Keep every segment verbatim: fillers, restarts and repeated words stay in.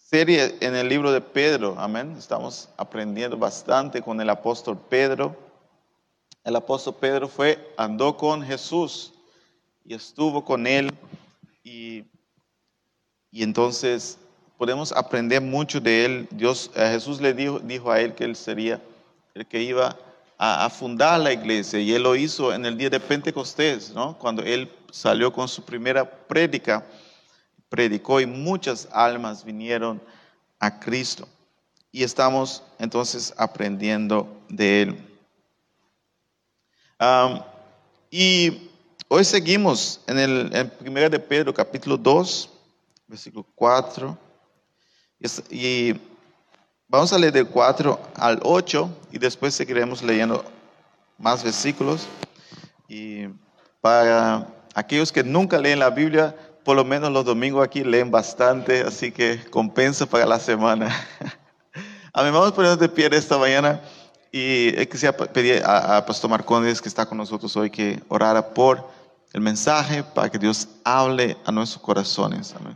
serie en el libro de Pedro, amén. Estamos aprendiendo bastante con el apóstol Pedro. El apóstol Pedro fue, andó con Jesús y estuvo con él y, y entonces podemos aprender mucho de él. Dios, eh, Jesús le dijo, dijo a él que él sería el que iba a, a fundar la iglesia y él lo hizo en el día de Pentecostés, ¿no? Cuando él salió con su primera prédica, predicó y muchas almas vinieron a Cristo. Y estamos entonces aprendiendo de él. Um, y hoy seguimos en el en primera de Pedro, capítulo dos, versículo cuatro. Y, y vamos a leer del cuatro al ocho y después seguiremos leyendo más versículos. Y para aquellos que nunca leen la Biblia, por lo menos los domingos aquí leen bastante, así que compensa para la semana. A mí vamos a ponernos de pie esta mañana y quisiera pedir a, a Pastor Marcondes, que está con nosotros hoy, que orara por el mensaje para que Dios hable a nuestros corazones. Amén.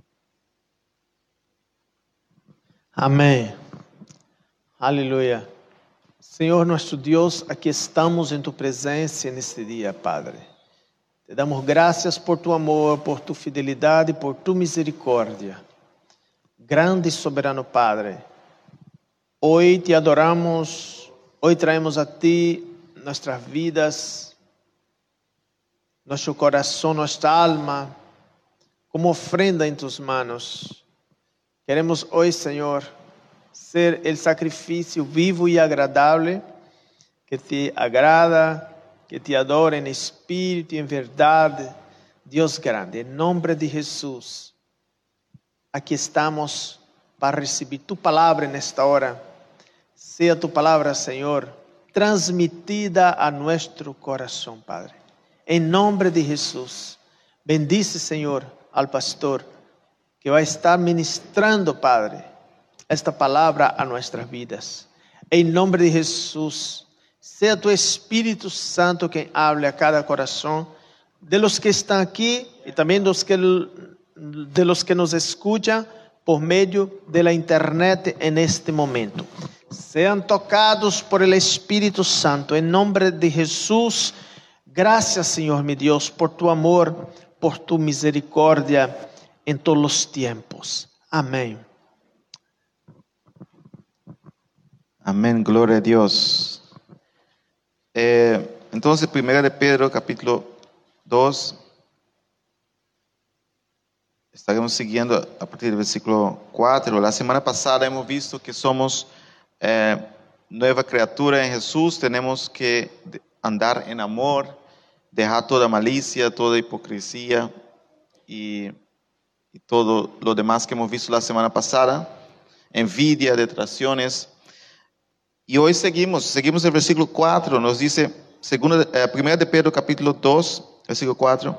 Amén. Aleluya. Señor nuestro Dios, aquí estamos en tu presencia en este día, Padre. Te damos gracias por tu amor, por tu fidelidad y por tu misericordia. Grande y soberano Padre, hoy te adoramos, hoy traemos a ti nuestras vidas, nuestro corazón, nuestra alma, como ofrenda en tus manos. Queremos hoy, Señor, ser el sacrificio vivo y agradable que te agrada, que te adora en espíritu y en verdad, Dios grande. En nombre de Jesús, aquí estamos para recibir tu palabra en esta hora. Sea tu palabra, Señor, transmitida a nuestro corazón, Padre. En nombre de Jesús, bendice, Señor, al pastor que va a estar ministrando, Padre, esta palabra a nuestras vidas. En nombre de Jesús, sea tu Espíritu Santo quien hable a cada corazón de los que están aquí y también de los que, de los que nos escuchan por medio de la internet en este momento. Sean tocados por el Espíritu Santo en nombre de Jesús. Gracias, Señor mi Dios, por tu amor, por tu misericordia en todos los tiempos. Amén. Amén, gloria a Dios. Eh, entonces, primera de Pedro, capítulo dos. Estaremos siguiendo a partir del versículo cuatro. La semana pasada hemos visto que somos eh, nueva criatura en Jesús. Tenemos que andar en amor, dejar toda malicia, toda hipocresía y, y todo lo demás que hemos visto la semana pasada. Envidia, detracciones. Y hoy seguimos, seguimos el versículo cuatro, nos dice, segunda, eh, primera de Pedro capítulo dos, versículo cuatro.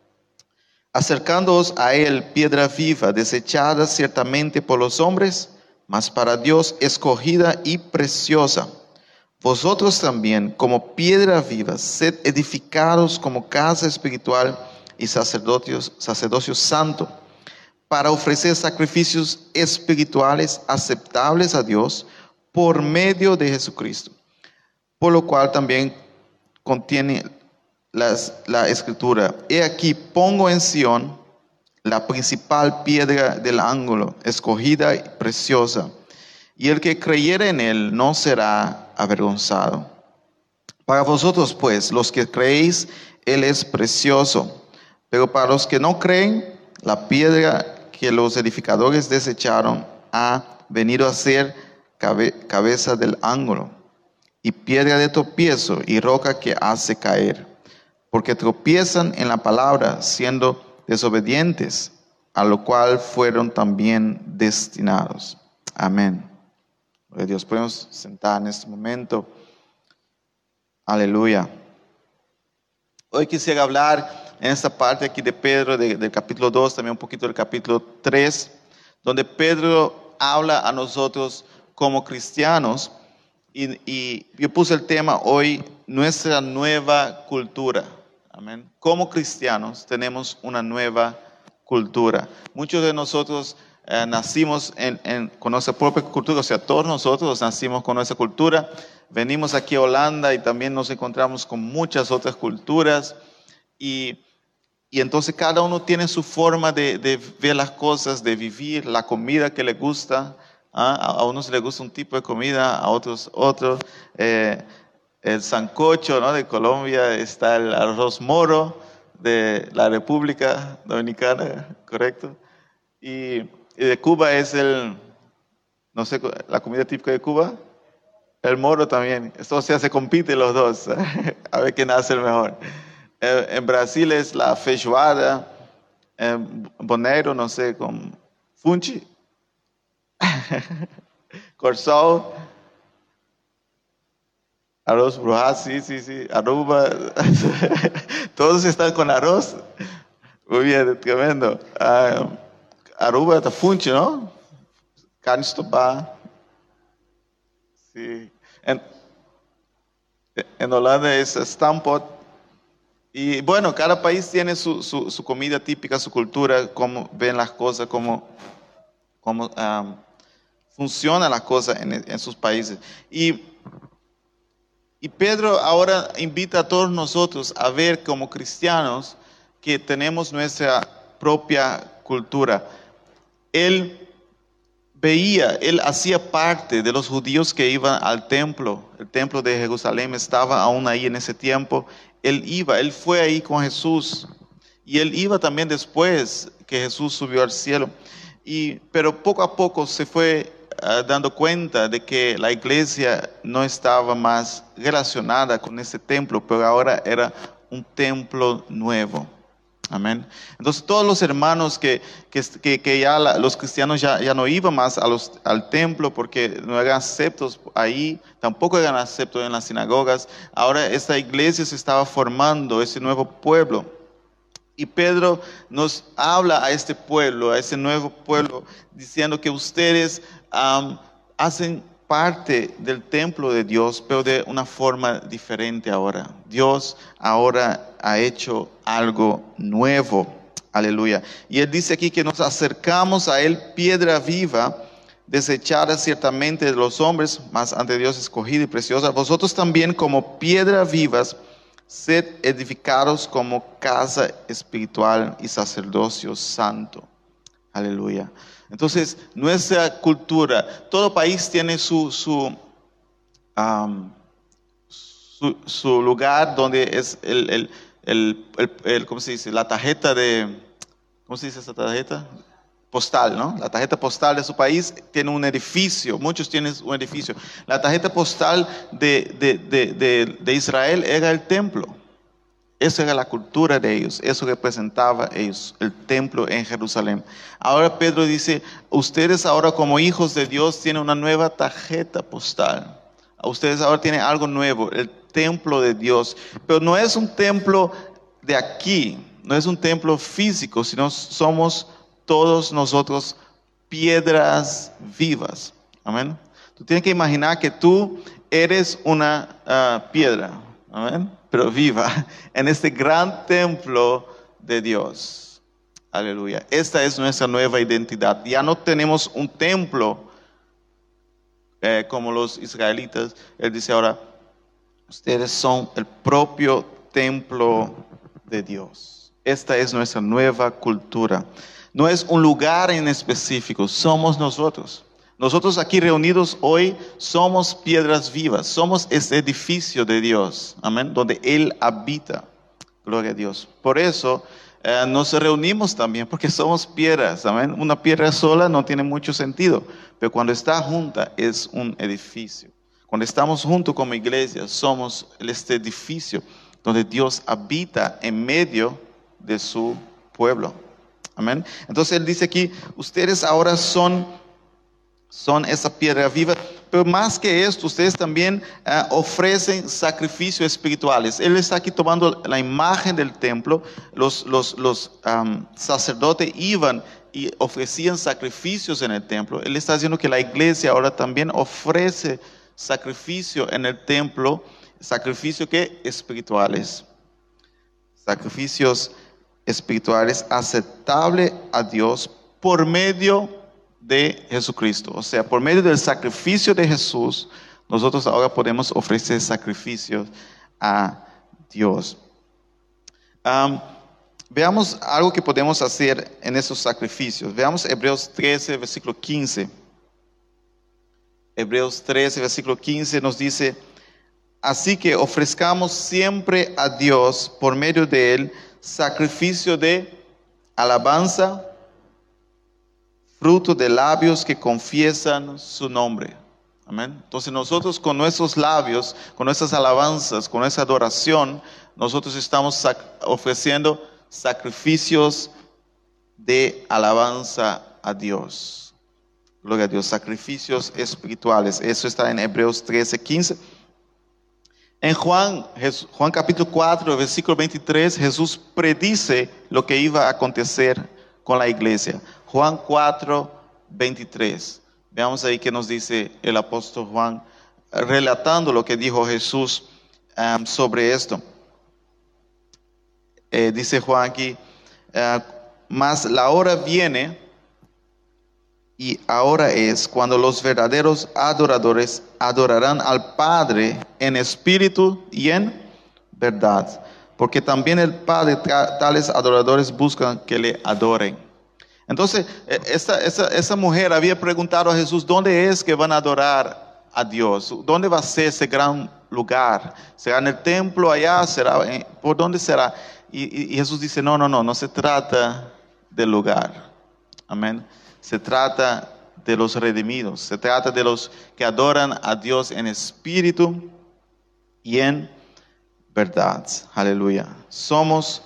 Acercándoos a él, piedra viva, desechada ciertamente por los hombres, mas para Dios escogida y preciosa. Vosotros también, como piedra viva, sed edificados como casa espiritual y sacerdocios, sacerdocio santo, para ofrecer sacrificios espirituales aceptables a Dios, por medio de Jesucristo, por lo cual también contiene las, la escritura. He aquí pongo en Sión la principal piedra del ángulo, escogida y preciosa, y el que creyere en él no será avergonzado. Para vosotros pues, los que creéis, él es precioso, pero para los que no creen, la piedra que los edificadores desecharon ha venido a ser cabeza del ángulo, y piedra de tropiezo y roca que hace caer, porque tropiezan en la palabra, siendo desobedientes, a lo cual fueron también destinados. Amén. Gloria a Dios. Podemos sentar en este momento. Aleluya. Hoy quisiera hablar en esta parte aquí de Pedro, de, del capítulo dos, también un poquito del capítulo tres, donde Pedro habla a nosotros como cristianos, y, y yo puse el tema hoy, nuestra nueva cultura. Amén. Como cristianos tenemos una nueva cultura. Muchos de nosotros eh, nacimos en, en, con nuestra propia cultura, o sea, todos nosotros nacimos con nuestra cultura, venimos aquí a Holanda y también nos encontramos con muchas otras culturas, y, y entonces cada uno tiene su forma de, de ver las cosas, de vivir, la comida que le gusta. ¿Ah? A, a unos les gusta un tipo de comida, a otros otro. Eh, el sancocho, ¿no?, de Colombia, está el arroz moro de la República Dominicana, ¿correcto? Y, y de Cuba es el, no sé, la comida típica de Cuba, el moro también. Esto, o sea, se compiten los dos, a ver quién hace el mejor. Eh, en Brasil es la feijoada, en Bonaire, no sé, con funchi, corsol, arroz brujas, sí, sí, sí, Aruba, todos están con arroz. Muy bien, tremendo. Uh, Aruba está funchi, ¿no? Carne estopada. Sí. En, en Holanda es stampot. Y bueno, cada país tiene su, su, su comida típica, su cultura, cómo ven las cosas, cómo, cómo um, funcionan las cosas en, en sus países. Y, y Pedro ahora invita a todos nosotros a ver como cristianos que tenemos nuestra propia cultura. Él veía, él hacía parte de los judíos que iban al templo. El templo de Jerusalén estaba aún ahí en ese tiempo. Él iba, él fue ahí con Jesús. Y él iba también después que Jesús subió al cielo. Y, pero poco a poco se fue uh, dando cuenta de que la iglesia no estaba más relacionada con ese templo, pero ahora era un templo nuevo. Amén. Entonces todos los hermanos que, que, que, que ya la, los cristianos ya, ya no iban más a los, al templo porque no eran aceptos ahí, tampoco eran aceptos en las sinagogas. Ahora esta iglesia se estaba formando, ese nuevo pueblo. Y Pedro nos habla a este pueblo, a ese nuevo pueblo, diciendo que ustedes um, hacen parte del templo de Dios, pero de una forma diferente ahora. Dios ahora ha hecho algo nuevo. Aleluya. Y él dice aquí que nos acercamos a él, piedra viva, desechada ciertamente de los hombres, mas ante Dios escogida y preciosa. Vosotros también como piedras vivas, sed edificados como casa espiritual y sacerdocio santo. Aleluya. Entonces, nuestra cultura, todo país tiene su, su, um, su, su lugar donde es el, el, el, el, el, ¿cómo se dice? La tarjeta de, ¿cómo se dice esa tarjeta? Postal, ¿no? La tarjeta postal de su país tiene un edificio, muchos tienen un edificio. La tarjeta postal de, de, de, de, de Israel era el templo. Esa era la cultura de ellos, eso representaba ellos, el templo en Jerusalén. Ahora Pedro dice, ustedes ahora como hijos de Dios tienen una nueva tarjeta postal. Ustedes ahora tienen algo nuevo, el templo de Dios. Pero no es un templo de aquí, no es un templo físico, sino somos todos nosotros piedras vivas. Amén. Tú tienes que imaginar que tú eres una uh, piedra. Amén. Pero viva en este gran templo de Dios. Aleluya. Esta es nuestra nueva identidad. Ya no tenemos un templo eh, como los israelitas. Él dice ahora, ustedes son el propio templo de Dios. Esta es nuestra nueva cultura. No es un lugar en específico, somos nosotros. Nosotros aquí reunidos hoy somos piedras vivas, somos este edificio de Dios, amén, donde Él habita, gloria a Dios. Por eso eh, nos reunimos también, porque somos piedras, amén. Una piedra sola no tiene mucho sentido, pero cuando está junta es un edificio. Cuando estamos juntos como iglesia, somos este edificio donde Dios habita en medio de su pueblo, amén. Entonces Él dice aquí, ustedes ahora son... son esa piedra viva, pero más que esto, ustedes también uh, ofrecen sacrificios espirituales. Él está aquí tomando la imagen del templo. Los, los, los um, sacerdotes iban y ofrecían sacrificios en el templo. Él está diciendo que la iglesia ahora también ofrece sacrificio en el templo, sacrificios que espirituales, sacrificios espirituales aceptables a Dios por medio de Jesucristo. O sea, por medio del sacrificio de Jesús, nosotros ahora podemos ofrecer sacrificios a Dios. Um, veamos algo que podemos hacer en esos sacrificios. Veamos Hebreos trece, versículo quince. Hebreos trece, versículo quince nos dice: así que ofrezcamos siempre a Dios, por medio de Él, sacrificio de alabanza, fruto de labios que confiesan su nombre. Amén. Entonces nosotros con nuestros labios, con nuestras alabanzas, con nuestra adoración, nosotros estamos sac- ofreciendo sacrificios de alabanza a Dios. Gloria a Dios, sacrificios espirituales. Eso está en Hebreos trece, quince. En Juan, Jesús, Juan capítulo cuatro, versículo veintitrés, Jesús predice lo que iba a acontecer con la iglesia. Juan cuatro, veintitrés. Veamos ahí qué nos dice el apóstol Juan, relatando lo que dijo Jesús um, sobre esto. Eh, dice Juan aquí, uh, mas la hora viene, y ahora es, cuando los verdaderos adoradores adorarán al Padre en espíritu y en verdad. Porque también el Padre, tales adoradores buscan que le adoren. Entonces, esta, esta, esa mujer había preguntado a Jesús, ¿dónde es que van a adorar a Dios? ¿Dónde va a ser ese gran lugar? ¿Será en el templo allá? ¿Será, ¿Por dónde será? Y, y Jesús dice, no, no, no, no se trata del lugar. Amén. Se trata de los redimidos, se trata de los que adoran a Dios en espíritu y en verdad. Aleluya. Somos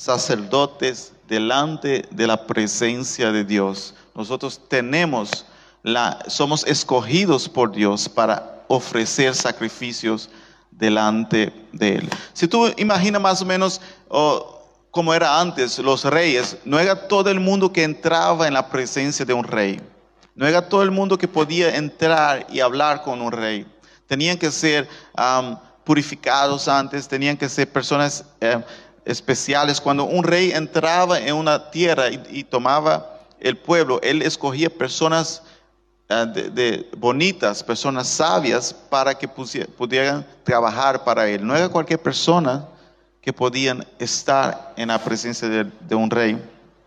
sacerdotes delante de la presencia de Dios. Nosotros tenemos la, somos escogidos por Dios para ofrecer sacrificios delante de Él. Si tú imaginas más o menos oh, como era antes, los reyes, no era todo el mundo que entraba en la presencia de un rey. No era todo el mundo que podía entrar y hablar con un rey. Tenían que ser um, purificados antes, tenían que ser personas eh, especiales. Cuando un rey entraba en una tierra y, y tomaba el pueblo, él escogía personas uh, de, de bonitas, personas sabias, para que pusiera, pudieran trabajar para él. No era cualquier persona que podían estar en la presencia de, de un rey.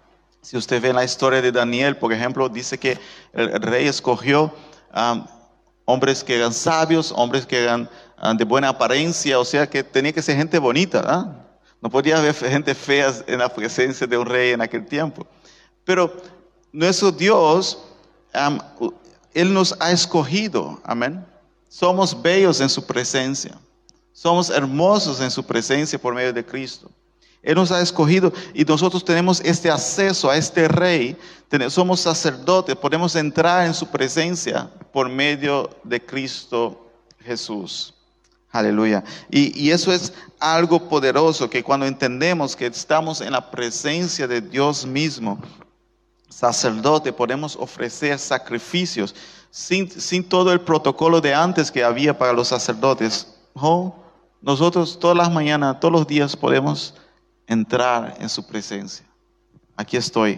Si usted ve la historia de Daniel, por ejemplo, dice que el, el rey escogió um, hombres que eran sabios, hombres que eran um, de buena apariencia, o sea que tenía que ser gente bonita, ¿eh? No podía haber gente fea en la presencia de un rey en aquel tiempo. Pero nuestro Dios, um, Él nos ha escogido, amén. Somos bellos en su presencia. Somos hermosos en su presencia por medio de Cristo. Él nos ha escogido y nosotros tenemos este acceso a este rey. Somos sacerdotes, podemos entrar en su presencia por medio de Cristo Jesús. Aleluya. Y, y eso es algo poderoso, que cuando entendemos que estamos en la presencia de Dios mismo, sacerdote, podemos ofrecer sacrificios sin, sin todo el protocolo de antes que había para los sacerdotes. Oh, nosotros todas las mañanas, todos los días podemos entrar en su presencia. Aquí estoy,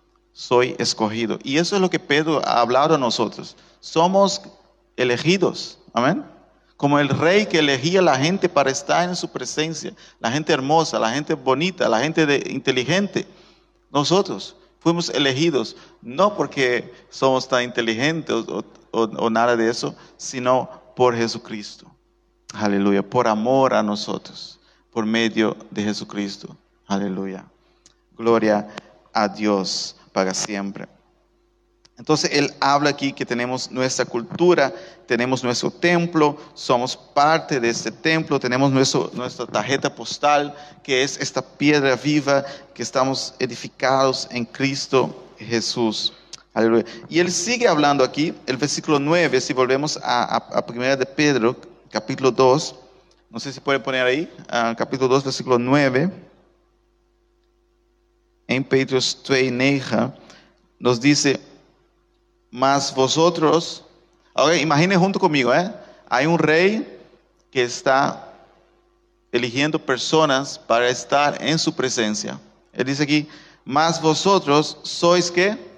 soy escogido. Y eso es lo que Pedro ha hablado a nosotros. Somos elegidos, amén. Como el rey que elegía a la gente para estar en su presencia, la gente hermosa, la gente bonita, la gente de, inteligente. Nosotros fuimos elegidos, no porque somos tan inteligentes o, o, o nada de eso, sino por Jesucristo. Aleluya, por amor a nosotros, por medio de Jesucristo. Aleluya. Gloria a Dios para siempre. Entonces Él habla aquí que tenemos nuestra cultura, tenemos nuestro templo, somos parte de este templo, tenemos nuestro, nuestra tarjeta postal, que es esta piedra viva, que estamos edificados en Cristo Jesús. Aleluya. Y Él sigue hablando aquí, el versículo nueve, si volvemos a, a, a primera de Pedro, capítulo dos, no sé si puede poner ahí, uh, capítulo dos, versículo nueve. En Petrus dos, negen, nos dice, mas vosotros, ahora imaginen junto conmigo, ¿eh? Hay un rey que está eligiendo personas para estar en su presencia. Él dice aquí, mas vosotros sois ¿qué?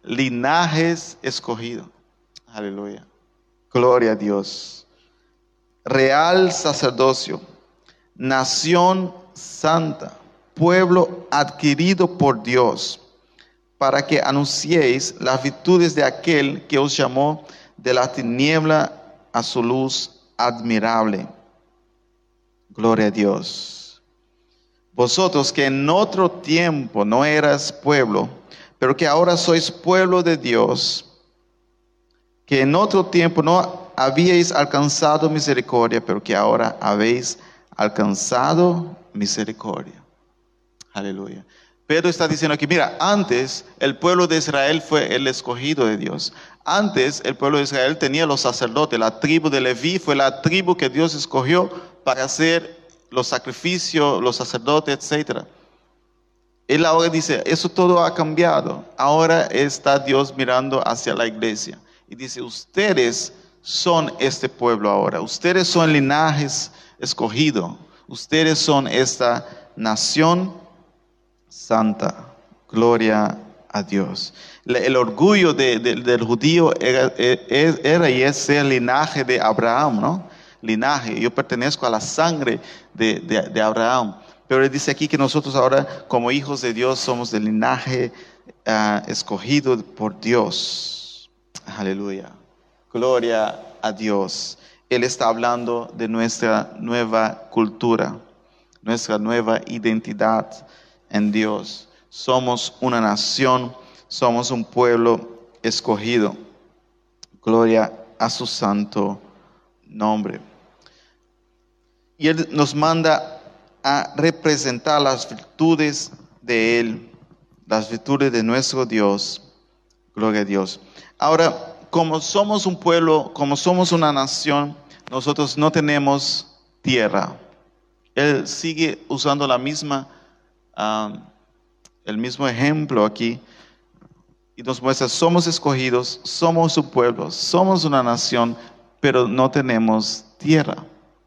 linajes escogidos. Aleluya. Gloria a Dios. Real sacerdocio, nación santa, pueblo adquirido por Dios, para que anunciéis las virtudes de aquel que os llamó de la tiniebla a su luz admirable. Gloria a Dios. Vosotros que en otro tiempo no eras pueblo, pero que ahora sois pueblo de Dios, que en otro tiempo no habíais alcanzado misericordia, pero que ahora habéis alcanzado misericordia. Aleluya. Pedro está diciendo aquí, mira, antes el pueblo de Israel fue el escogido de Dios. Antes el pueblo de Israel tenía los sacerdotes, la tribu de Leví fue la tribu que Dios escogió para hacer los sacrificios, los sacerdotes, etcétera. Él ahora dice, eso todo ha cambiado. Ahora está Dios mirando hacia la iglesia. Y dice, ustedes son este pueblo ahora. Ustedes son linajes escogidos. Ustedes son esta nación santa. Gloria a Dios. El orgullo de, de, del judío era, era y es ser linaje de Abraham, ¿no? Linaje. Yo pertenezco a la sangre de, de, de Abraham. Pero él dice aquí que nosotros ahora, como hijos de Dios, somos del linaje uh, escogido por Dios. Aleluya. Gloria a Dios. Él está hablando de nuestra nueva cultura, nuestra nueva identidad en Dios. Somos una nación, somos un pueblo escogido. Gloria a su santo nombre. Y Él nos manda a representar las virtudes de Él, las virtudes de nuestro Dios. Gloria a Dios. Ahora, como somos un pueblo, como somos una nación, nosotros no tenemos tierra. Él sigue usando la misma, um, el mismo ejemplo aquí y nos muestra, somos escogidos, somos un pueblo, somos una nación, pero no tenemos tierra.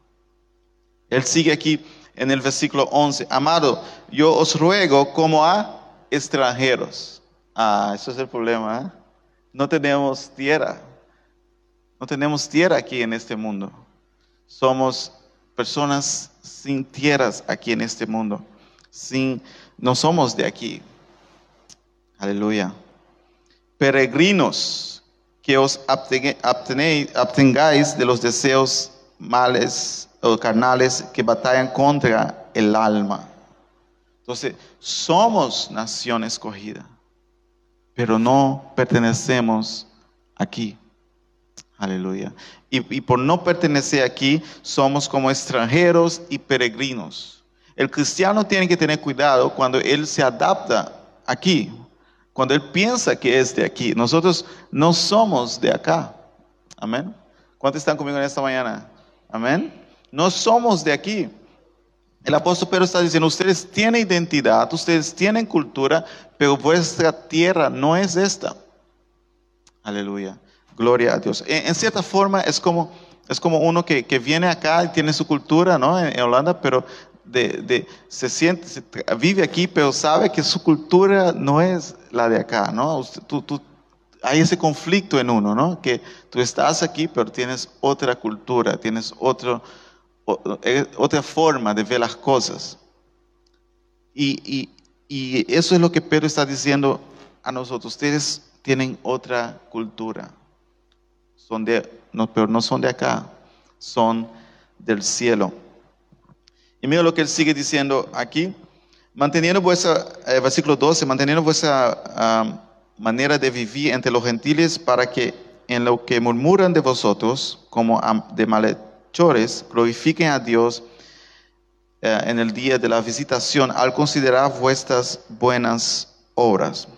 Él sigue aquí en el versículo once, amado, yo os ruego como a extranjeros. Ah, eso es el problema, ¿eh? No tenemos tierra. No tenemos tierra aquí en este mundo. Somos personas sin tierras aquí en este mundo. Sin, no somos de aquí. Aleluya. Peregrinos, que os abstengáis de los deseos males o carnales que batallan contra el alma. Entonces, somos nación escogida, pero no pertenecemos aquí. Aleluya. Y, y por no pertenecer aquí, somos como extranjeros y peregrinos. El cristiano tiene que tener cuidado cuando él se adapta aquí, cuando él piensa que es de aquí. Nosotros no somos de acá. Amén. ¿Cuántos están conmigo en esta mañana? Amén. No somos de aquí. El apóstol Pedro está diciendo, ustedes tienen identidad, ustedes tienen cultura, pero vuestra tierra no es esta. Aleluya. Gloria a Dios. En, en cierta forma es como, es como uno que, que viene acá y tiene su cultura, ¿no? En, en Holanda, pero de, de, se siente, se, vive aquí, pero sabe que su cultura no es la de acá, ¿no? Usted, tú, tú, hay ese conflicto en uno, ¿no? Que tú estás aquí, pero tienes otra cultura, tienes otro, otra forma de ver las cosas. Y, y, y eso es lo que Pedro está diciendo a nosotros. Ustedes tienen otra cultura. Son de, no, pero no son de acá, son del cielo. Y mira lo que él sigue diciendo aquí. Manteniendo vuestra, eh, versículo doce, manteniendo vuestra um, manera de vivir entre los gentiles, para que en lo que murmuran de vosotros, como de malhechores, glorifiquen a Dios eh, en el día de la visitación, al considerar vuestras buenas obras.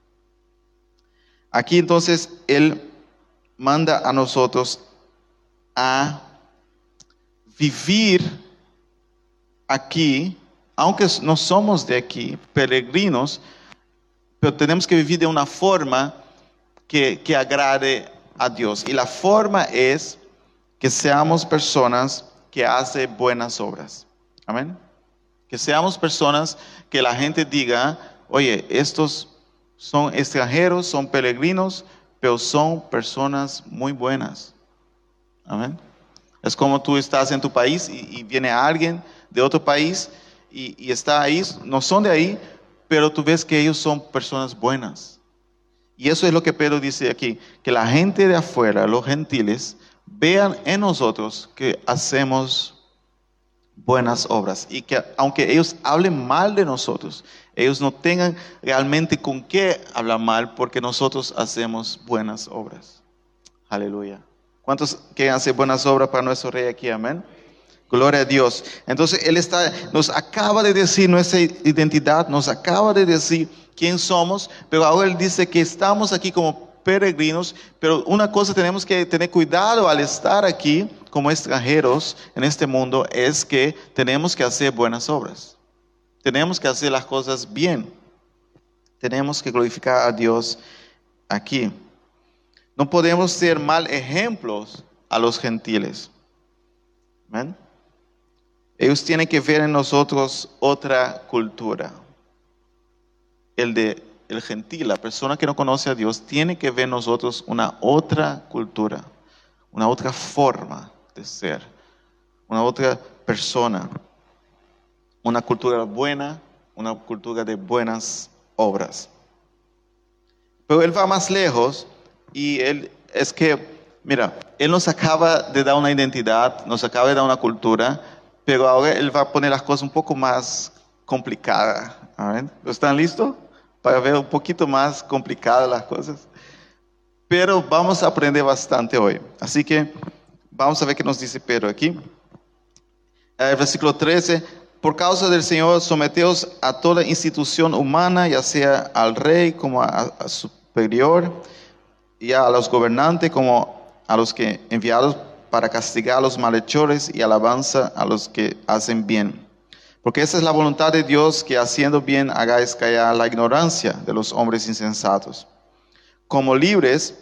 Aquí entonces él manda a nosotros a vivir aquí, aunque no somos de aquí, peregrinos, pero tenemos que vivir de una forma que, que agrade a Dios. Y la forma es que seamos personas que hacen buenas obras. Amén. Que seamos personas que la gente diga, oye, estos son extranjeros, son peregrinos, pero son personas muy buenas. Amén. Es como tú estás en tu país y, y viene alguien de otro país y, y está ahí, no son de ahí, pero tú ves que ellos son personas buenas. Y eso es lo que Pedro dice aquí, que la gente de afuera, los gentiles, vean en nosotros que hacemos buenas obras y que aunque ellos hablen mal de nosotros, ellos no tengan realmente con qué hablar mal porque nosotros hacemos buenas obras. Aleluya. ¿Cuántos quieren hacer buenas obras para nuestro Rey aquí? Amén. Gloria a Dios. Entonces Él está, nos acaba de decir nuestra identidad, nos acaba de decir quién somos, pero ahora Él dice que estamos aquí como peregrinos, pero una cosa tenemos que tener cuidado al estar aquí como extranjeros en este mundo es que tenemos que hacer buenas obras. Tenemos que hacer las cosas bien. Tenemos que glorificar a Dios aquí. No podemos ser mal ejemplos a los gentiles. ¿Amén? Ellos tienen que ver en nosotros otra cultura. El de el gentil, la persona que no conoce a Dios, tiene que ver en nosotros una otra cultura, una otra forma de ser, una otra persona, una cultura buena, una cultura de buenas obras. Pero Él va más lejos y Él es que, mira, Él nos acaba de dar una identidad, nos acaba de dar una cultura, pero ahora Él va a poner las cosas un poco más complicadas. ¿Están listos? Para ver un poquito más complicadas las cosas. Pero vamos a aprender bastante hoy. Así que vamos a ver qué nos dice Pedro aquí. El versículo trece. Por causa del Señor, someteos a toda institución humana, ya sea al rey como a, a superior, y a los gobernantes como a los que enviados para castigar a los malhechores y alabanza a los que hacen bien. Porque esa es la voluntad de Dios, que haciendo bien hagáis callar la ignorancia de los hombres insensatos. Como libres,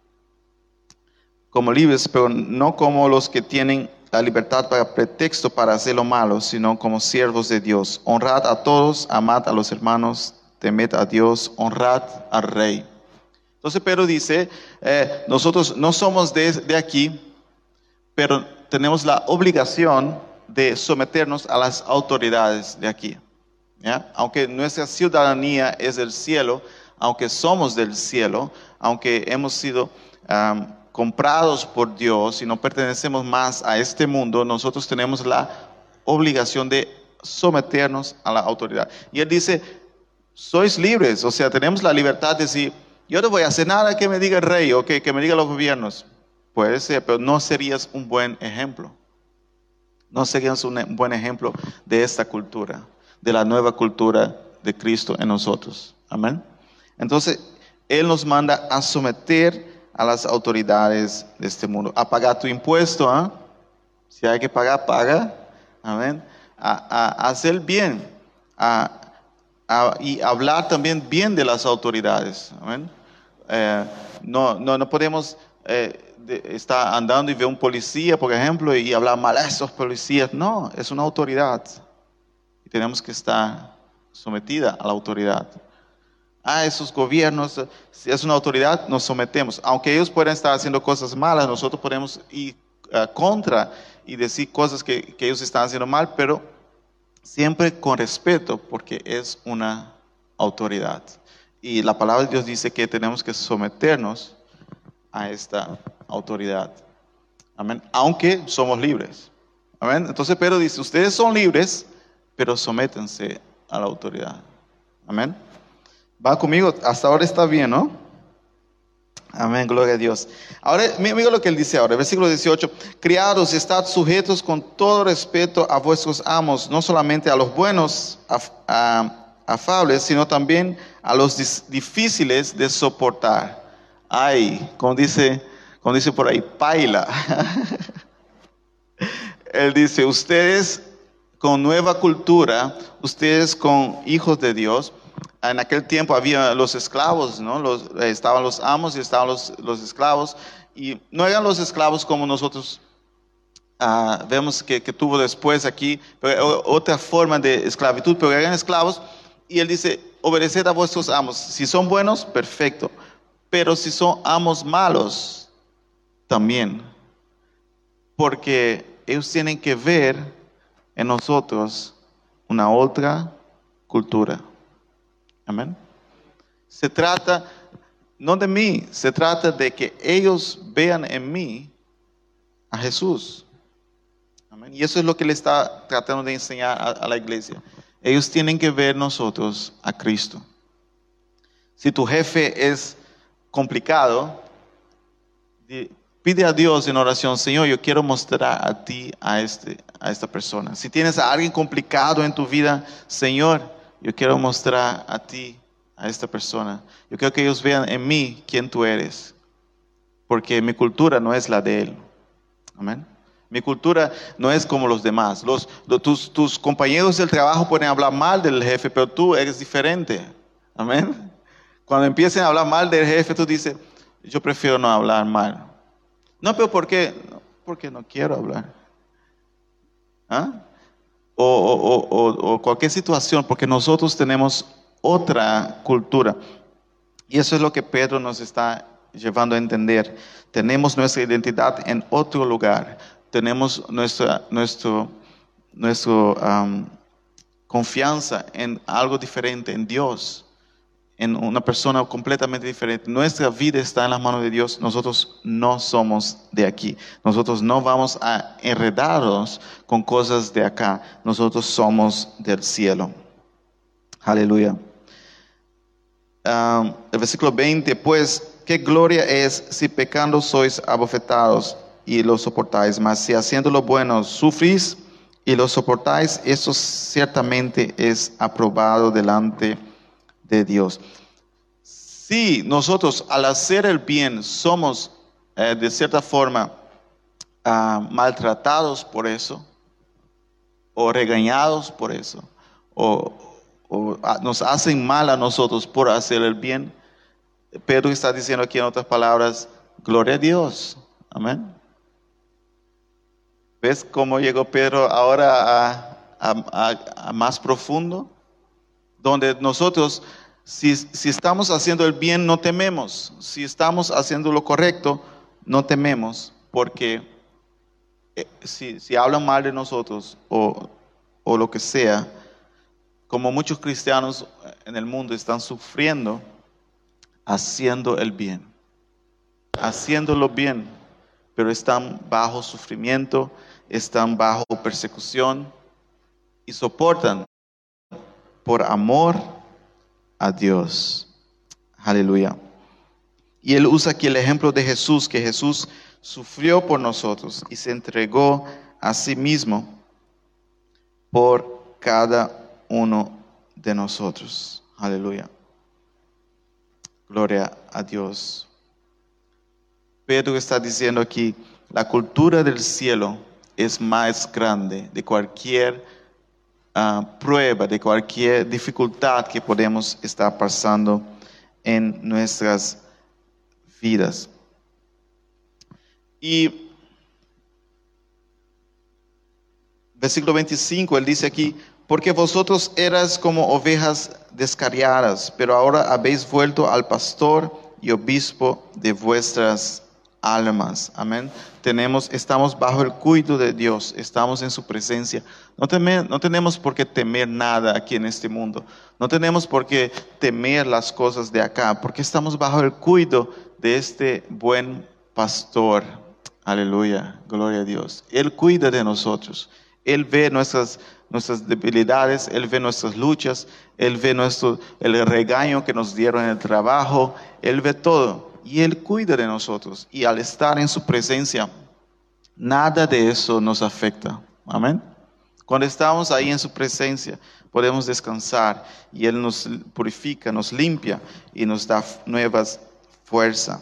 como libres, pero no como los que tienen la libertad para pretexto para hacer lo malo, sino como siervos de Dios. Honrad a todos, amad a los hermanos, temed a Dios, honrad al Rey. Entonces Pedro dice, eh, nosotros no somos de, de aquí, pero tenemos la obligación de someternos a las autoridades de aquí. ¿Ya? Aunque nuestra ciudadanía es del cielo, aunque somos del cielo, aunque hemos sido um, comprados por Dios y no pertenecemos más a este mundo, nosotros tenemos la obligación de someternos a la autoridad. Y Él dice, sois libres, o sea, tenemos la libertad de decir, yo no voy a hacer nada que me diga el rey o que, que me diga los gobiernos. Puede ser, pero no serías un buen ejemplo. No serías un buen ejemplo de esta cultura, de la nueva cultura de Cristo en nosotros. Amén. Entonces, Él nos manda a someter a las autoridades de este mundo, a pagar tu impuesto. ¿eh? Si hay que pagar, paga. Amén. A, a, a hacer bien. A, a, y hablar también bien de las autoridades. Amén. Eh, no, no, no podemos... Eh, De, está andando y ve un policía, por ejemplo, y hablar mal a esos policías. No, es una autoridad. Y tenemos que estar sometida a la autoridad. Ah, esos gobiernos, si es una autoridad, nos sometemos. Aunque ellos puedan estar haciendo cosas malas, nosotros podemos ir uh, contra y decir cosas que, que ellos están haciendo mal, pero siempre con respeto, porque es una autoridad. Y la palabra de Dios dice que tenemos que someternos a esta autoridad. Amén. Aunque somos libres. Amén. Entonces Pedro dice, ustedes son libres, pero sométense a la autoridad. Amén. Va conmigo, hasta ahora está bien, ¿no? Amén, gloria a Dios. Ahora, mira lo que él dice ahora, versículo dieciocho. Criados, estad sujetos con todo respeto a vuestros amos, no solamente a los buenos, af, a, afables, sino también a los difíciles de soportar. Ay, como dice, como dice por ahí, paila. Él dice, ustedes con nueva cultura, ustedes con hijos de Dios. En aquel tiempo había los esclavos, ¿no? Los, eh, estaban los amos y estaban los, los esclavos. Y no eran los esclavos como nosotros uh, vemos que, que tuvo después aquí, pero otra forma de esclavitud, pero eran esclavos. Y él dice, obedeced a vuestros amos. Si son buenos, perfecto. Pero si son amos malos, también. Porque ellos tienen que ver en nosotros una otra cultura. Amén. Se trata no de mí, se trata de que ellos vean en mí a Jesús. Amén. Y eso es lo que le está tratando de enseñar a, a la iglesia. Ellos tienen que ver nosotros a Cristo. Si tu jefe es complicado, pide a Dios en oración: Señor, yo quiero mostrar a ti a, este, a esta persona. Si tienes a alguien complicado en tu vida, Señor, yo quiero mostrar a ti a esta persona. Yo quiero que ellos vean en mí quién tú eres, porque mi cultura no es la de él. Amén. Mi cultura no es como los demás. Los, los, tus, tus compañeros del trabajo pueden hablar mal del jefe, pero tú eres diferente. Amén. Cuando empiecen a hablar mal del jefe, tú dices: yo prefiero no hablar mal. No, pero ¿por qué? No, porque no quiero hablar. ¿Ah? O, o, o, o cualquier situación, porque nosotros tenemos otra cultura. Y eso es lo que Pedro nos está llevando a entender. Tenemos nuestra identidad en otro lugar. Tenemos nuestra nuestro, nuestro, um, confianza en algo diferente, en Dios, en una persona completamente diferente. Nuestra vida está en las manos de Dios. Nosotros no somos de aquí. Nosotros no vamos a enredarnos con cosas de acá. Nosotros somos del cielo. Aleluya. Um, el versículo veinte, pues, ¿qué gloria es si pecando sois abofetados y lo soportáis? Mas si haciendo lo bueno sufrís y lo soportáis, eso ciertamente es aprobado delante de Dios. Si nosotros al hacer el bien somos eh, de cierta forma uh, maltratados por eso, o regañados por eso, o, o uh, nos hacen mal a nosotros por hacer el bien, Pedro está diciendo aquí en otras palabras: gloria a Dios. Amén. ¿Ves cómo llegó Pedro ahora a, a, a, a más profundo? Donde nosotros, si, si estamos haciendo el bien, no tememos. Si estamos haciendo lo correcto, no tememos. Porque eh, si, si hablan mal de nosotros o, o lo que sea, como muchos cristianos en el mundo están sufriendo haciendo el bien, haciéndolo bien, pero están bajo sufrimiento, están bajo persecución y soportan por amor a Dios. Aleluya. Y él usa aquí el ejemplo de Jesús, que Jesús sufrió por nosotros y se entregó a sí mismo por cada uno de nosotros. Aleluya. Gloria a Dios. Pedro está diciendo aquí: la cultura del cielo es más grande de cualquier uh, prueba, de cualquier dificultad que podemos estar pasando en nuestras vidas. Y versículo veinticinco, él dice aquí: porque vosotros eras como ovejas descarriadas, pero ahora habéis vuelto al pastor y obispo de vuestras almas. Amén. Tenemos, estamos bajo el cuidado de Dios, estamos en su presencia. No, temer, no tenemos por qué temer nada aquí en este mundo. No tenemos por qué temer las cosas de acá, porque estamos bajo el cuidado de este buen pastor. Aleluya, gloria a Dios. Él cuida de nosotros. Él ve nuestras, nuestras debilidades, Él ve nuestras luchas, Él ve nuestro, el regaño que nos dieron en el trabajo, Él ve todo y Él cuida de nosotros. Y al estar en su presencia, nada de eso nos afecta. Amén. Cuando estamos ahí en su presencia, podemos descansar y Él nos purifica, nos limpia y nos da nuevas fuerzas.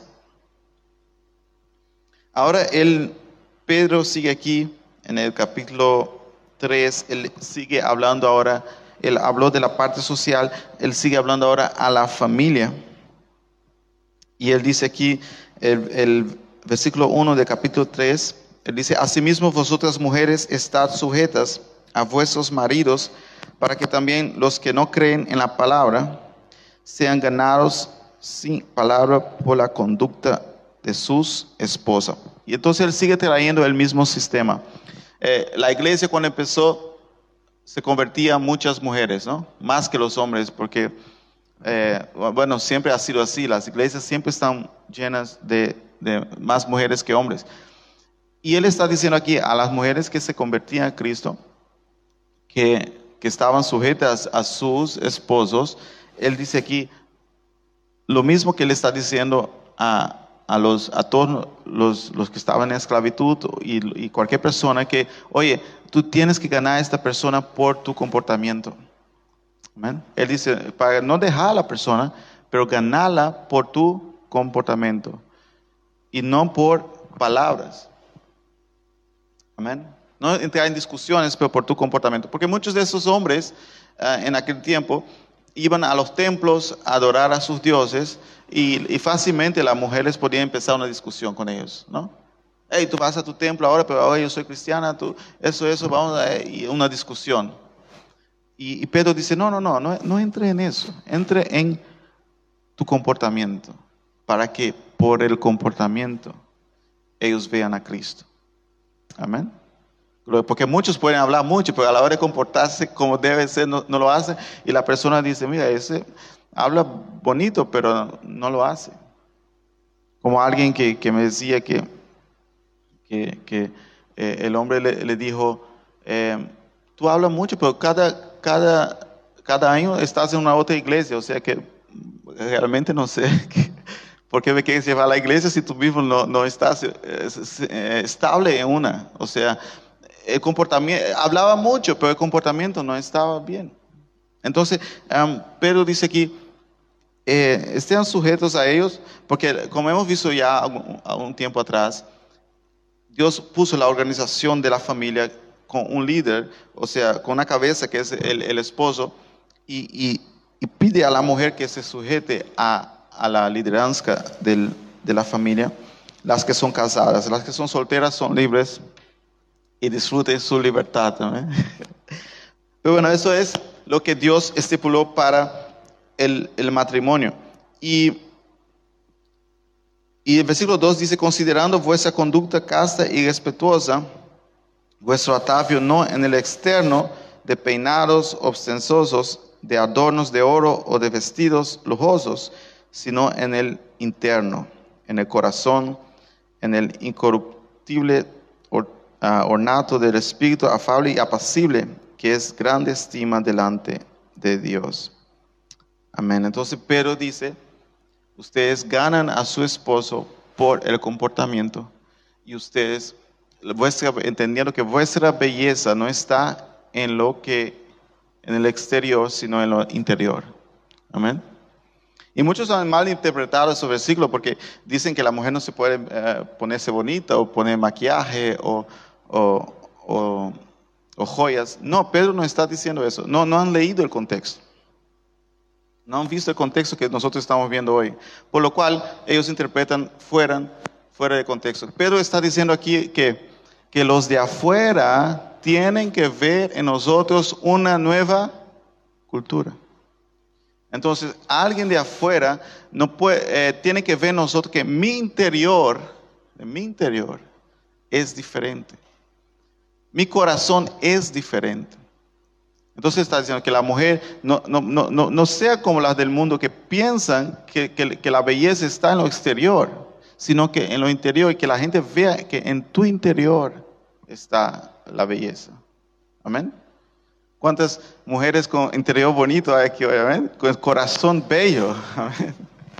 Ahora el Pedro sigue aquí. En el capítulo tres, él sigue hablando ahora, él habló de la parte social, él sigue hablando ahora a la familia. Y él dice aquí, el, el versículo uno del capítulo tres, él dice: asimismo vosotras mujeres estad sujetas a vuestros maridos, para que también los que no creen en la palabra sean ganados sin palabra por la conducta de sus esposas. Y entonces él sigue trayendo el mismo sistema. Eh, la iglesia cuando empezó se convertía en muchas mujeres, ¿no? Más que los hombres, porque, eh, bueno, siempre ha sido así. Las iglesias siempre están llenas de, de más mujeres que hombres. Y él está diciendo aquí a las mujeres que se convertían a Cristo, que, que estaban sujetas a sus esposos, él dice aquí lo mismo que él está diciendo a a los a todos los, los que estaban en esclavitud y, y cualquier persona que, oye, tú tienes que ganar a esta persona por tu comportamiento. Amén. Él dice, para no dejar a la persona, pero ganarla por tu comportamiento y no por palabras. Amén. No entrar en discusiones, pero por tu comportamiento. Porque muchos de esos hombres uh, en aquel tiempo iban a los templos a adorar a sus dioses y, y fácilmente las mujeres podían empezar una discusión con ellos, ¿no? Hey, tú vas a tu templo ahora, pero ahora yo soy cristiana, tú, eso, eso, vamos a y una discusión. Y, y Pedro dice, no, no, no, no, no entre en eso, entre en tu comportamiento, para que por el comportamiento ellos vean a Cristo. Amén. Porque muchos pueden hablar mucho, pero a la hora de comportarse como debe ser, no, no lo hacen. Y la persona dice, mira, ese habla bonito, pero no lo hace. Como alguien que, que me decía que, que, que eh, el hombre le, le dijo, eh, tú hablas mucho, pero cada, cada, cada año estás en una otra iglesia. O sea que realmente no sé por qué me quieres llevar a la iglesia si tú mismo no, no estás eh, estable en una. O sea, el comportamiento, hablaba mucho, pero el comportamiento no estaba bien. Entonces, um, Pedro dice aquí, eh, estén sujetos a ellos, porque como hemos visto ya un, un tiempo atrás, Dios puso la organización de la familia con un líder, o sea, con una cabeza que es el, el esposo, y, y, y pide a la mujer que se sujete a, a la lideranza del, de la familia, las que son casadas, las que son solteras son libres, y disfruten su libertad también. Pero bueno, eso es lo que Dios estipuló para el, el matrimonio. Y, y el versículo dos dice, considerando vuestra conducta casta y respetuosa, vuestro atavio no en el externo de peinados ostentosos, de adornos de oro o de vestidos lujosos, sino en el interno, en el corazón, en el incorruptible Uh, ornato del espíritu afable y apacible, que es grande estima delante de Dios. Amén. Entonces Pedro dice, ustedes ganan a su esposo por el comportamiento y ustedes, vuestra, entendiendo que vuestra belleza no está en lo que, en el exterior, sino en lo interior. Amén. Y muchos han mal interpretado ese versículo porque dicen que la mujer no se puede uh, ponerse bonita o poner maquillaje o O, o, o joyas. No, Pedro no está diciendo eso. No, no han leído el contexto. No han visto el contexto que nosotros estamos viendo hoy. Por lo cual, ellos interpretan fuera, fuera de contexto. Pedro está diciendo aquí que, que los de afuera tienen que ver en nosotros una nueva cultura. Entonces, alguien de afuera no puede, eh, tiene que ver en nosotros que mi interior, mi interior es diferente. Mi corazón es diferente. Entonces está diciendo que la mujer no, no, no, no, no sea como las del mundo que piensan que, que, que la belleza está en lo exterior, sino que en lo interior, y que la gente vea que en tu interior está la belleza. Amén. ¿Cuántas mujeres con interior bonito hay aquí hoy? Amén. Con el corazón bello. Amén.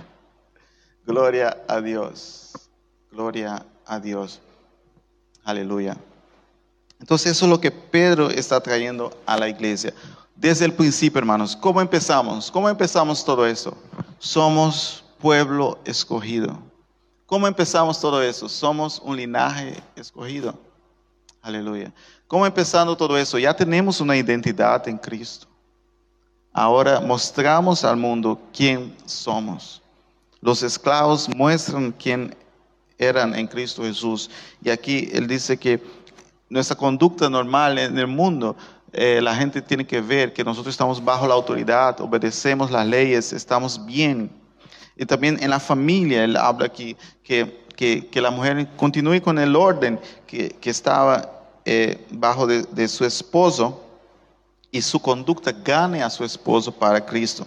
Gloria a Dios. Gloria a Dios. Aleluya. Entonces eso es lo que Pedro está trayendo a la iglesia. Desde el principio, hermanos, ¿cómo empezamos? ¿Cómo empezamos todo eso? Somos pueblo escogido. ¿Cómo empezamos todo eso? Somos un linaje escogido. Aleluya. ¿Cómo empezando todo eso? Ya tenemos una identidad en Cristo. Ahora mostramos al mundo quién somos. Los esclavos muestran quién eran en Cristo Jesús. Y aquí él dice que nuestra conducta normal en el mundo eh, la gente tiene que ver que nosotros estamos bajo la autoridad, obedecemos las leyes, estamos bien. Y también en la familia, él habla aquí que, que, que la mujer continúe con el orden que, que estaba eh, bajo de, de su esposo y su conducta gane a su esposo para Cristo.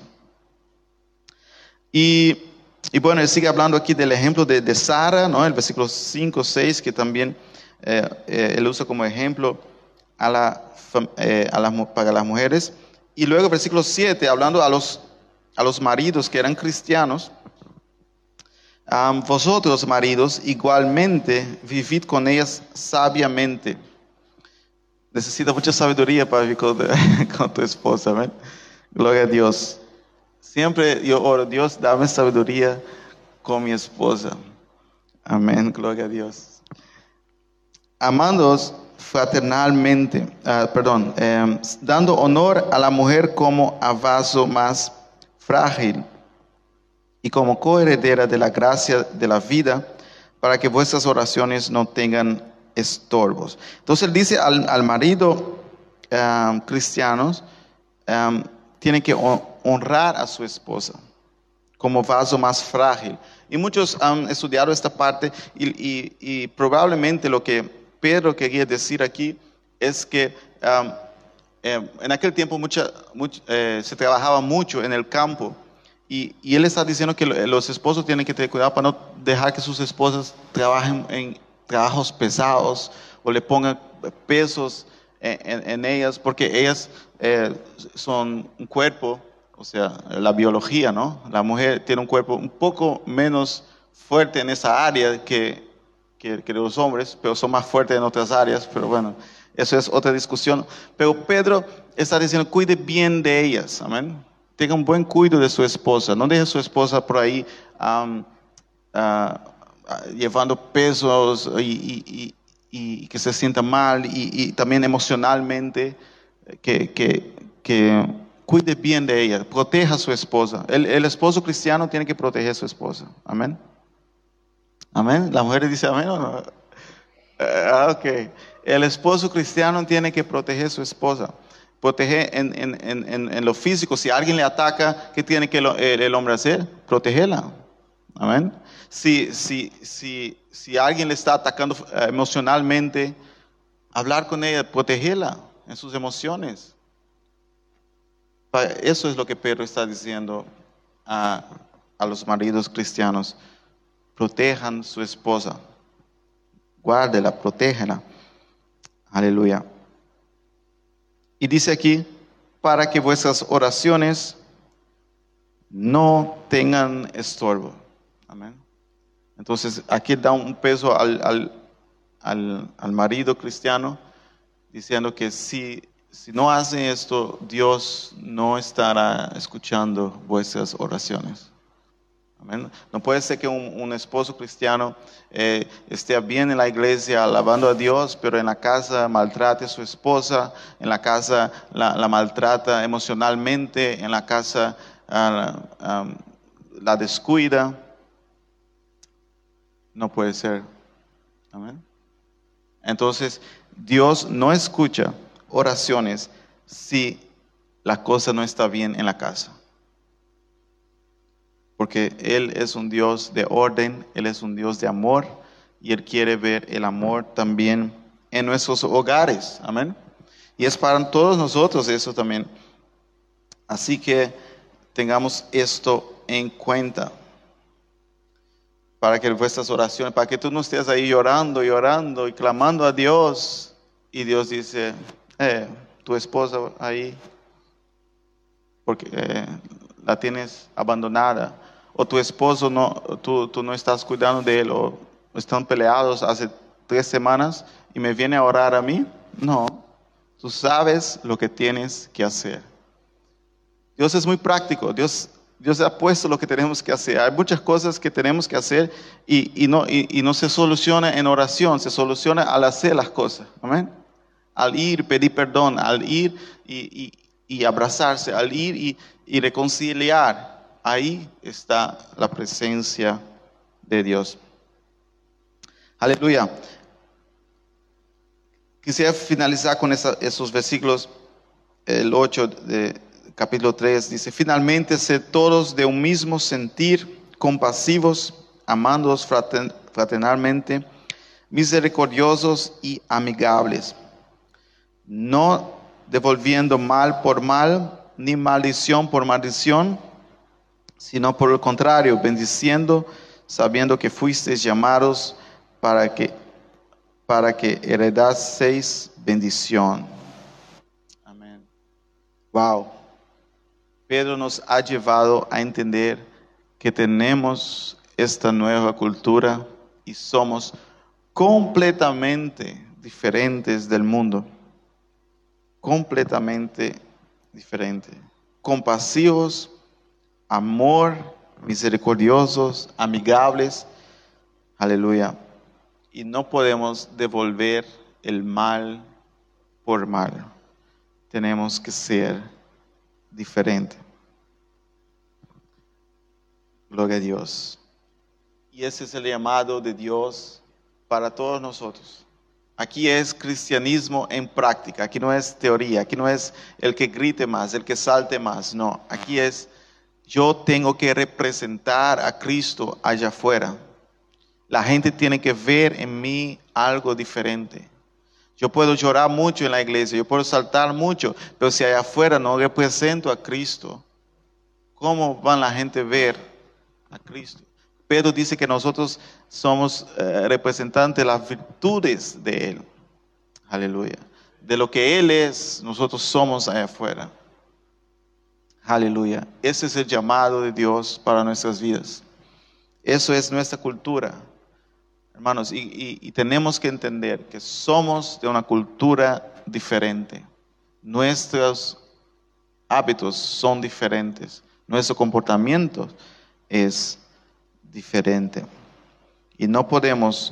Y, y bueno, él sigue hablando aquí del ejemplo de, de Sara, ¿no? El versículo cinco, seis, que también eh, eh, él usa como ejemplo a la, eh, a las, para las mujeres. Y luego el versículo siete, hablando a los, a los maridos que eran cristianos. Um, vosotros, maridos, igualmente vivid con ellas sabiamente. Necesita mucha sabiduría para vivir con, con tu esposa, ¿ven? Gloria a Dios. Siempre yo oro, Dios, dame sabiduría con mi esposa. Amén, gloria a Dios. Amándoos fraternalmente, uh, perdón, eh, dando honor a la mujer como a vaso más frágil y como coheredera de la gracia de la vida, para que vuestras oraciones no tengan estorbos. Entonces él dice al, al marido um, cristianos, um, tiene que honrar a su esposa como vaso más frágil. Y muchos han estudiado esta parte y, y, y probablemente lo que Pedro quería decir aquí es que um, eh, en aquel tiempo mucha, much, eh, se trabajaba mucho en el campo. Y, y él está diciendo que los esposos tienen que tener cuidado para no dejar que sus esposas trabajen en trabajos pesados o le pongan pesos en, en, en ellas, porque ellas eh, son un cuerpo, o sea, la biología, ¿no? La mujer tiene un cuerpo un poco menos fuerte en esa área que, que, que los hombres, pero son más fuertes en otras áreas, pero bueno, eso es otra discusión. Pero Pedro está diciendo, cuide bien de ellas, amén. Tenga un buen cuidado de su esposa. No deje a su esposa por ahí um, uh, uh, llevando pesos y, y, y, y que se sienta mal. Y, y también emocionalmente, que, que, que cuide bien de ella. Proteja a su esposa. El, el esposo cristiano tiene que proteger a su esposa. Amén. Amén. La mujer dice amén o no. Uh, ok. El esposo cristiano tiene que proteger a su esposa. Proteger en, en, en, en lo físico. Si alguien le ataca, ¿qué tiene que el, el hombre hacer? Protegerla. Amén. Si, si, si, si alguien le está atacando emocionalmente, hablar con ella, protegerla en sus emociones. Eso es lo que Pedro está diciendo a, a los maridos cristianos. Protejan su esposa. Guárdela, protéjela. Aleluya. Y dice aquí, para que vuestras oraciones no tengan estorbo. Amén. Entonces, aquí da un peso al, al, al, al marido cristiano, diciendo que si, si no hacen esto, Dios no estará escuchando vuestras oraciones. Amén. No puede ser que un, un esposo cristiano eh, esté bien en la iglesia alabando a Dios, pero en la casa maltrate a su esposa, en la casa la, la maltrata emocionalmente, en la casa uh, um, la descuida. No puede ser. Amén. Entonces, Dios no escucha oraciones si la cosa no está bien en la casa. Porque Él es un Dios de orden, Él es un Dios de amor y Él quiere ver el amor también en nuestros hogares. Amén. Y es para todos nosotros eso también. Así que tengamos esto en cuenta. Para que vuestras oraciones, para que tú no estés ahí llorando, llorando y clamando a Dios. Y Dios dice, eh, tu esposa ahí, porque eh, la tienes abandonada. O tu esposo, no, tú, tú no estás cuidando de él, o están peleados hace tres semanas y me viene a orar a mí. No, tú sabes lo que tienes que hacer. Dios es muy práctico, Dios, Dios ha puesto lo que tenemos que hacer. Hay muchas cosas que tenemos que hacer y, y, no, y, y no se soluciona en oración, se soluciona al hacer las cosas. Amén. Al ir, pedir perdón, al ir y, y, y abrazarse, al ir y, y reconciliar. Ahí está la presencia de Dios. Aleluya. Quisiera finalizar con esa, esos versículos el ocho de capítulo tres, dice, finalmente sed todos de un mismo sentir, compasivos, amándoos frater- fraternalmente, misericordiosos y amigables, no devolviendo mal por mal, ni maldición por maldición, sino por el contrario, bendiciendo, sabiendo que fuisteis llamados para que, para que heredaseis bendición. Amén. Wow. Pedro nos ha llevado a entender que tenemos esta nueva cultura y somos completamente diferentes del mundo. Completamente diferentes. Compasivos, amor, misericordiosos, amigables. Aleluya. Y no podemos devolver el mal por mal. Tenemos que ser diferentes. Gloria a Dios. Y ese es el llamado de Dios para todos nosotros. Aquí es cristianismo en práctica. Aquí no es teoría. Aquí no es el que grite más, el que salte más. No, aquí es yo tengo que representar a Cristo allá afuera. La gente tiene que ver en mí algo diferente. Yo puedo llorar mucho en la iglesia, yo puedo saltar mucho, pero si allá afuera no represento a Cristo, ¿cómo van la gente a ver a Cristo? Pedro dice que nosotros somos eh, representantes de las virtudes de Él. Aleluya. De lo que Él es, nosotros somos allá afuera. Aleluya. Ese es el llamado de Dios para nuestras vidas. Eso es nuestra cultura. Hermanos, y, y, y tenemos que entender que somos de una cultura diferente. Nuestros hábitos son diferentes. Nuestro comportamiento es diferente. Y no podemos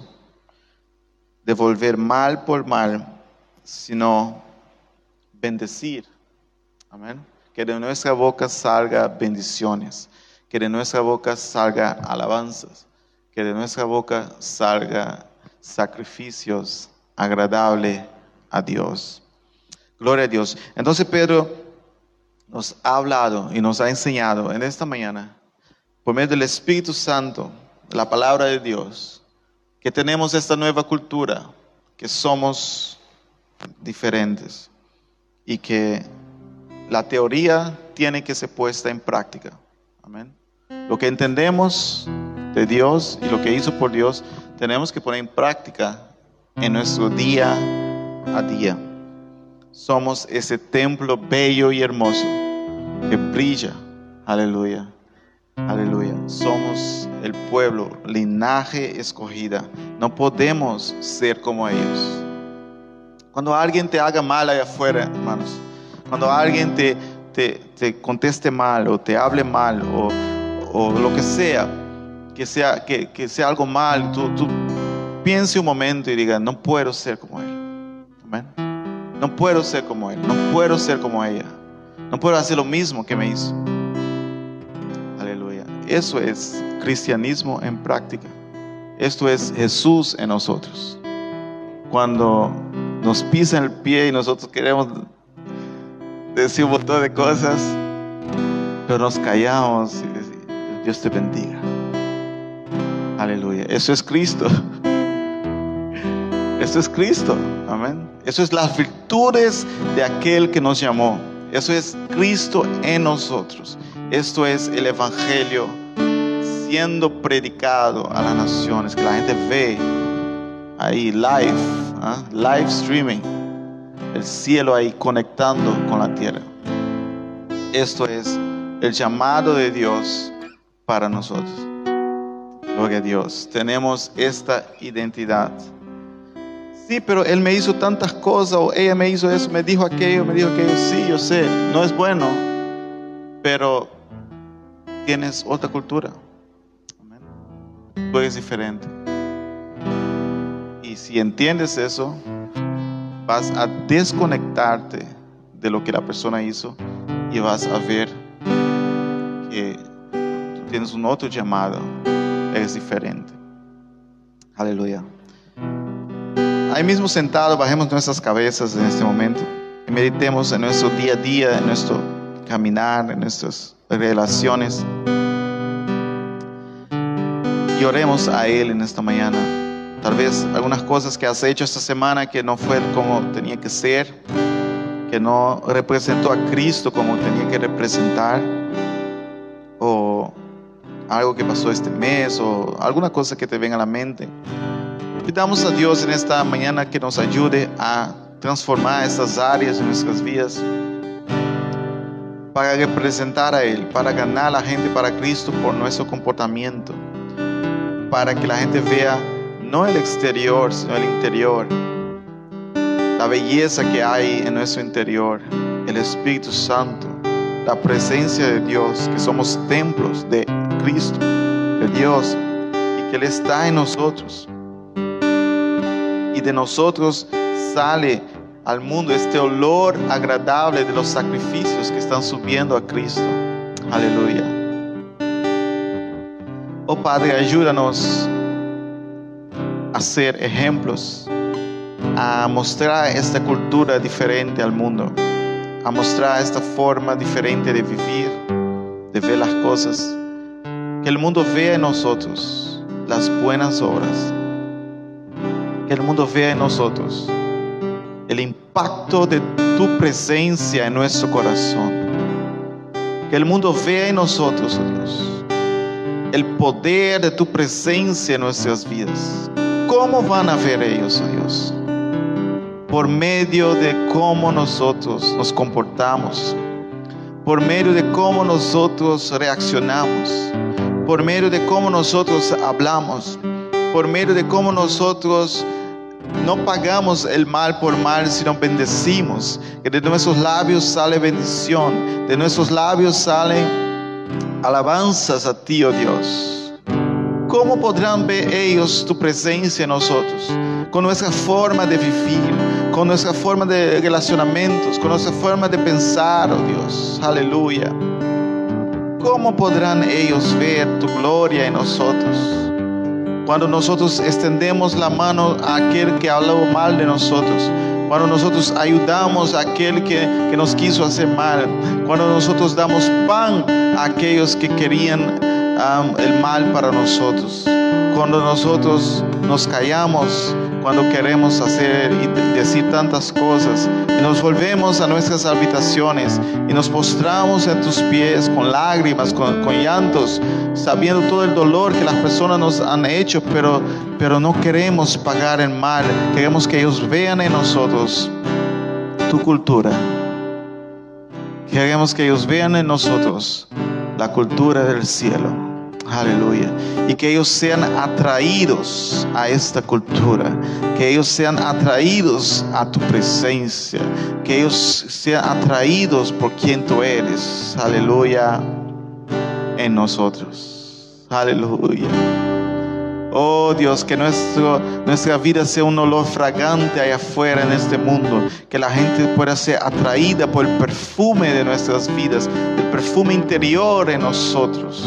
devolver mal por mal, sino bendecir. Amén. Que de nuestra boca salga bendiciones. Que de nuestra boca salga alabanzas. Que de nuestra boca salga sacrificios agradables a Dios. Gloria a Dios. Entonces Pedro nos ha hablado y nos ha enseñado en esta mañana, por medio del Espíritu Santo, la palabra de Dios, que tenemos esta nueva cultura, que somos diferentes y que la teoría tiene que ser puesta en práctica. Amén. Lo que entendemos de Dios y lo que hizo por Dios, tenemos que poner en práctica en nuestro día a día. Somos ese templo bello y hermoso que brilla. Aleluya. Aleluya. Somos el pueblo, linaje escogida. No podemos ser como ellos. Cuando alguien te haga mal allá afuera, hermanos, cuando alguien te, te, te conteste mal o te hable mal o, o lo que sea, que sea, que, que sea algo mal, tú, tú piense un momento y diga, no puedo ser como él. Amén. No puedo ser como él, no puedo ser como ella. No puedo hacer lo mismo que me hizo. Aleluya. Eso es cristianismo en práctica. Esto es Jesús en nosotros. Cuando nos pisan el pie y nosotros queremos decir un montón de cosas, pero nos callamos y decimos, Dios te bendiga. Aleluya. Eso es Cristo. Eso es Cristo. Amén. Eso es las virtudes de aquel que nos llamó. Eso es Cristo en nosotros. Esto es el Evangelio siendo predicado a las naciones, que la gente ve ahí live, ¿eh? live streaming, el cielo ahí conectando con la tierra. Esto es el llamado de Dios para nosotros. Gloria a Dios. Tenemos esta identidad. Sí, pero él me hizo tantas cosas, o ella me hizo eso, me dijo aquello, me dijo aquello. Sí, yo sé, no es bueno, pero tienes otra cultura. Amén. Tú eres diferente. Y si entiendes eso, vas a desconectarte de lo que la persona hizo y vas a ver que tú tienes un otro llamado, eres diferente. Aleluya. Ahí mismo sentado, bajemos nuestras cabezas en este momento. Y meditemos en nuestro día a día, en nuestro caminar, en nuestras relaciones. Y oremos a Él en esta mañana. Tal vez algunas cosas que has hecho esta semana que no fue como tenía que ser, que no representó a Cristo como tenía que representar, o algo que pasó este mes, o alguna cosa que te venga a la mente. Pidamos a Dios en esta mañana que nos ayude a transformar estas áreas en nuestras vidas para representar a Él, para ganar a la gente para Cristo por nuestro comportamiento, para que la gente vea no el exterior, sino el interior, la belleza que hay en nuestro interior, el Espíritu Santo, la presencia de Dios, que somos templos de Cristo, de Dios, y que Él está en nosotros. Y de nosotros sale al mundo este olor agradable de los sacrificios que están subiendo a Cristo. Aleluya. Oh Padre, ayúdanos a ser ejemplos, a mostrar esta cultura diferente al mundo, a mostrar esta forma diferente de vivir, de ver las cosas. Que el mundo vea en nosotros las buenas obras. Que el mundo vea en nosotros el impacto de tu presencia en nuestro corazón. Que el mundo vea en nosotros, oh Dios, el poder de tu presencia en nuestras vidas. ¿Cómo van a ver ellos, oh Dios? Por medio de cómo nosotros nos comportamos, por medio de cómo nosotros reaccionamos, por medio de cómo nosotros hablamos, por medio de cómo nosotros no pagamos el mal por mal, sino bendecimos. Que de nuestros labios sale bendición, de nuestros labios salen alabanzas a ti, oh Dios. ¿Cómo podrán ver ellos tu presencia en nosotros? Con nuestra forma de vivir, con nuestra forma de relacionamientos, con nuestra forma de pensar, oh Dios. Aleluya. ¿Cómo podrán ellos ver tu gloria en nosotros? Cuando nosotros extendemos la mano a aquel que habló mal de nosotros, cuando nosotros ayudamos a aquel que, que nos quiso hacer mal, cuando nosotros damos pan a aquellos que querían um, el mal para nosotros, cuando nosotros nos callamos, cuando queremos hacer y decir tantas cosas, y nos volvemos a nuestras habitaciones y nos postramos en tus pies con lágrimas, con, con llantos, sabiendo todo el dolor que las personas nos han hecho, pero, pero no queremos pagar el mal. Queremos que ellos vean en nosotros tu cultura. Queremos que ellos vean en nosotros la cultura del cielo. Aleluya. Y que ellos sean atraídos a esta cultura, que ellos sean atraídos a tu presencia, que ellos sean atraídos por quien tú eres. Aleluya. En nosotros. Aleluya. Oh Dios, que nuestro, nuestra vida sea un olor fragante allá afuera en este mundo, que la gente pueda ser atraída por el perfume de nuestras vidas, el perfume interior en nosotros.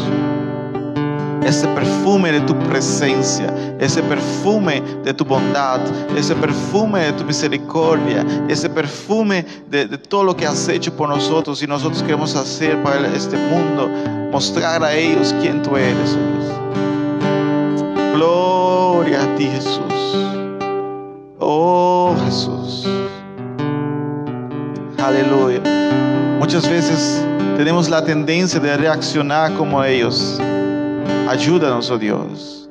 Ese perfume de tu presencia, ese perfume de tu bondad, ese perfume de tu misericordia, ese perfume de, de todo lo que has hecho por nosotros y nosotros queremos hacer para este mundo, mostrar a ellos quién tú eres, oh Dios. Gloria a ti, Jesús. Oh Jesús. Aleluya. Muchas veces tenemos la tendencia de reaccionar como ellos. Ayúdanos, oh Dios,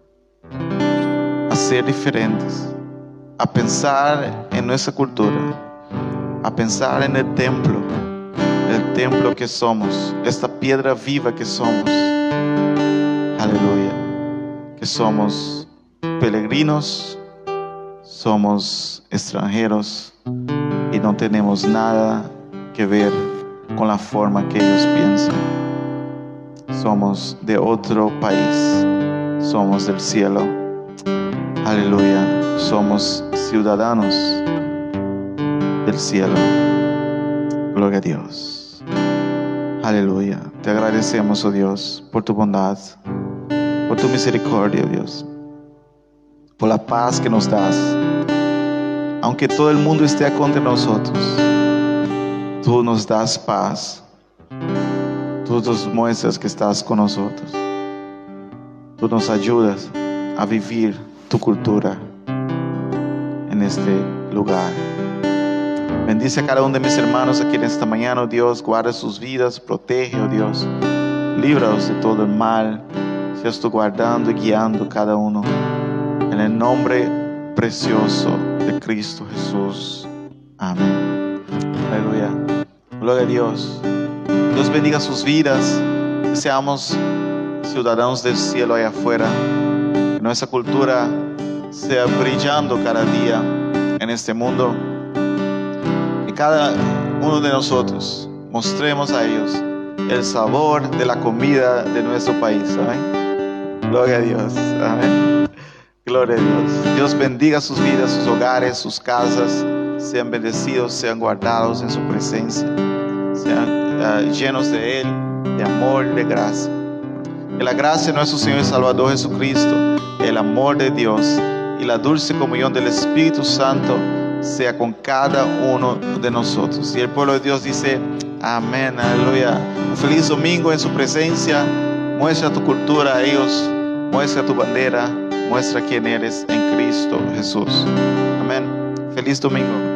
a ser diferentes, a pensar en nuestra cultura, a pensar en el templo, el templo que somos, esta piedra viva que somos. Aleluya. Que somos peregrinos, somos extranjeros y no tenemos nada que ver con la forma que ellos piensan. Somos de otro país, somos del cielo. Aleluya. Somos ciudadanos del cielo. Gloria a Dios. Aleluya. Te agradecemos, oh Dios, por tu bondad, por tu misericordia, oh Dios, por la paz que nos das. Aunque todo el mundo esté contra nosotros, tú nos das paz. Tú nos muestras que estás con nosotros. Tú nos ayudas a vivir tu cultura en este lugar. Bendice a cada uno de mis hermanos aquí en esta mañana, oh Dios. Guarda sus vidas, protege, oh Dios. Líbralos de todo el mal. Seas tú guardando y guiando cada uno. En el nombre precioso de Cristo Jesús. Amén. Aleluya. Gloria a Dios. Dios bendiga sus vidas. Que seamos ciudadanos del cielo allá afuera. Que nuestra cultura sea brillando cada día en este mundo. Que cada uno de nosotros mostremos a ellos el sabor de la comida de nuestro país. Amén. Gloria a Dios. Amén. Gloria a Dios. Dios bendiga sus vidas, sus hogares, sus casas. Sean bendecidos, sean guardados en su presencia. Sean uh, llenos de Él, de amor y de gracia. Que la gracia de nuestro Señor y Salvador Jesucristo, el amor de Dios y la dulce comunión del Espíritu Santo sea con cada uno de nosotros. Y el pueblo de Dios dice, amén, aleluya. Un feliz domingo en su presencia. Muestra tu cultura a ellos, muestra tu bandera, muestra quién eres en Cristo Jesús. Amén. Feliz domingo.